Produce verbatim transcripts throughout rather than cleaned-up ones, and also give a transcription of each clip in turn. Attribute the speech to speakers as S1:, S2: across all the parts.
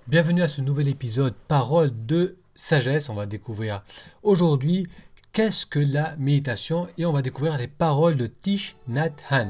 S1: Bienvenue à ce nouvel épisode Parole de sagesse. On va découvrir aujourd'hui qu'est-ce que la méditation et on va découvrir les paroles de Thich Nhat Hanh.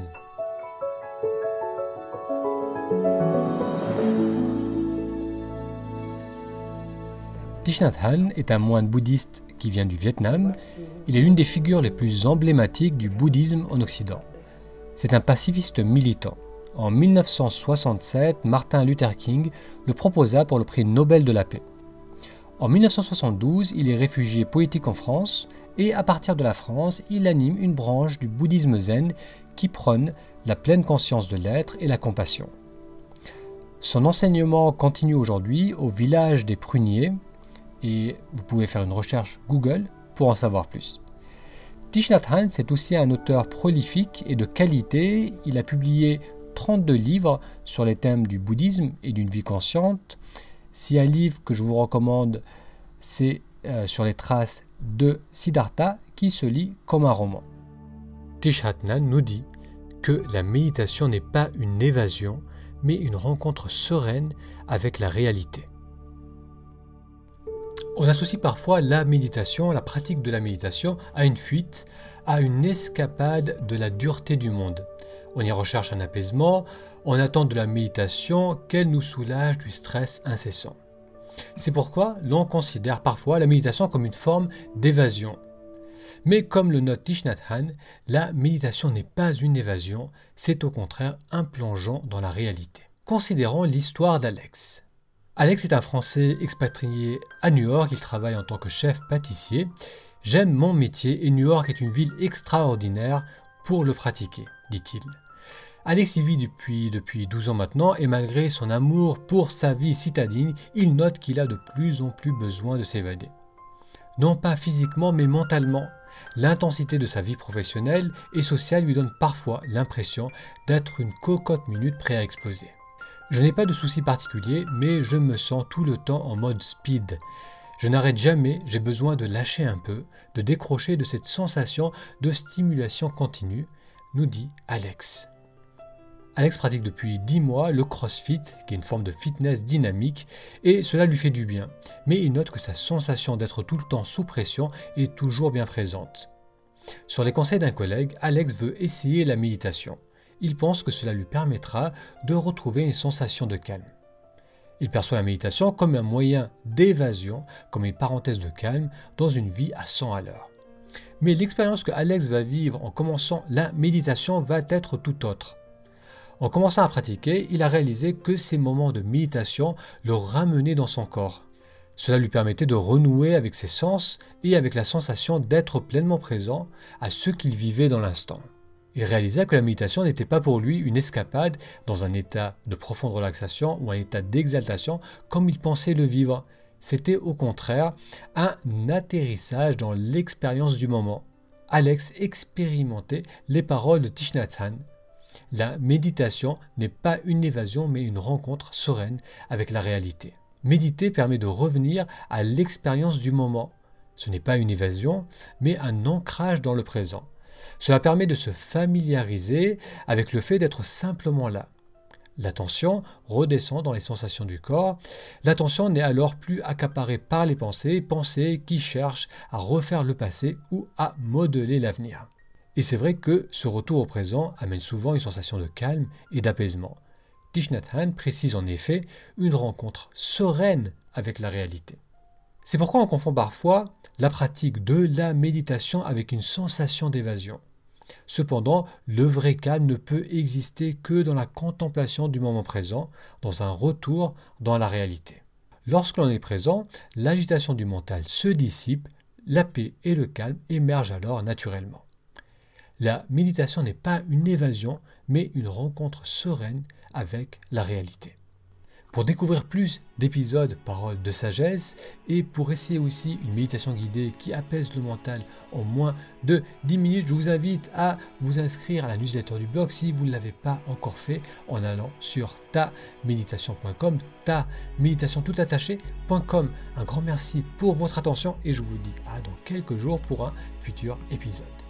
S1: Thich Nhat Hanh est un moine bouddhiste qui vient du Vietnam. Il est l'une des figures les plus emblématiques du bouddhisme en Occident. C'est un pacifiste militant. En mille neuf cent soixante-sept, Martin Luther King le proposa pour le prix Nobel de la paix. En mille neuf cent soixante-douze, il est réfugié politique en France et à partir de la France, il anime une branche du bouddhisme zen qui prône la pleine conscience de l'être et la compassion. Son enseignement continue aujourd'hui au village des Pruniers et vous pouvez faire une recherche Google pour en savoir plus. Thich Nhat Hanh, c'est aussi un auteur prolifique et de qualité. Il a publié trente-deux livres sur les thèmes du bouddhisme et d'une vie consciente. Si un livre que je vous recommande, c'est euh, sur les traces de Siddhartha qui se lit comme un roman. Thich Nhat Hanh nous dit que la méditation n'est pas une évasion, mais une rencontre sereine avec la réalité. On associe parfois la méditation, la pratique de la méditation, à une fuite, à une escapade de la dureté du monde. On y recherche un apaisement, on attend de la méditation qu'elle nous soulage du stress incessant. C'est pourquoi l'on considère parfois la méditation comme une forme d'évasion. Mais comme le note Thich Nhat Hanh, la méditation n'est pas une évasion, c'est au contraire un plongeon dans la réalité. Considérons l'histoire d'Alex. Alex est un Français expatrié à New York, il travaille en tant que chef pâtissier. « J'aime mon métier et New York est une ville extraordinaire pour le pratiquer », dit-il. Alex y vit depuis, depuis douze ans maintenant et malgré son amour pour sa vie citadine, il note qu'il a de plus en plus besoin de s'évader. Non pas physiquement mais mentalement. L'intensité de sa vie professionnelle et sociale lui donne parfois l'impression d'être une cocotte minute prête à exploser. Je n'ai pas de soucis particuliers, mais je me sens tout le temps en mode speed. Je n'arrête jamais, j'ai besoin de lâcher un peu, de décrocher de cette sensation de stimulation continue, nous dit Alex. Alex pratique depuis dix mois le CrossFit, qui est une forme de fitness dynamique, et cela lui fait du bien. Mais il note que sa sensation d'être tout le temps sous pression est toujours bien présente. Sur les conseils d'un collègue, Alex veut essayer la méditation. Il pense que cela lui permettra de retrouver une sensation de calme. Il perçoit la méditation comme un moyen d'évasion, comme une parenthèse de calme dans une vie à cent à l'heure. Mais l'expérience que Alex va vivre en commençant la méditation va être tout autre. En commençant à pratiquer, il a réalisé que ces moments de méditation le ramenaient dans son corps. Cela lui permettait de renouer avec ses sens et avec la sensation d'être pleinement présent à ce qu'il vivait dans l'instant. Il réalisa que la méditation n'était pas pour lui une escapade dans un état de profonde relaxation ou un état d'exaltation comme il pensait le vivre. C'était au contraire un atterrissage dans l'expérience du moment. Alex expérimentait les paroles de Thich Nhat Hanh. La méditation n'est pas une évasion mais une rencontre sereine avec la réalité. Méditer permet de revenir à l'expérience du moment. Ce n'est pas une évasion mais un ancrage dans le présent. Cela permet de se familiariser avec le fait d'être simplement là. L'attention redescend dans les sensations du corps. L'attention n'est alors plus accaparée par les pensées, pensées qui cherchent à refaire le passé ou à modeler l'avenir. Et c'est vrai que ce retour au présent amène souvent une sensation de calme et d'apaisement. Thich Nhat Hanh précise en effet une rencontre sereine avec la réalité. C'est pourquoi on confond parfois la pratique de la méditation avec une sensation d'évasion. Cependant, le vrai calme ne peut exister que dans la contemplation du moment présent, dans un retour dans la réalité. Lorsque l'on est présent, l'agitation du mental se dissipe, la paix et le calme émergent alors naturellement. La méditation n'est pas une évasion, mais une rencontre sereine avec la réalité. Pour découvrir plus d'épisodes Paroles de sagesse et pour essayer aussi une méditation guidée qui apaise le mental en moins de dix minutes, je vous invite à vous inscrire à la newsletter du blog si vous ne l'avez pas encore fait en allant sur ta méditation point com, ta méditation tout attaché point com. Un grand merci pour votre attention et je vous dis à dans quelques jours pour un futur épisode.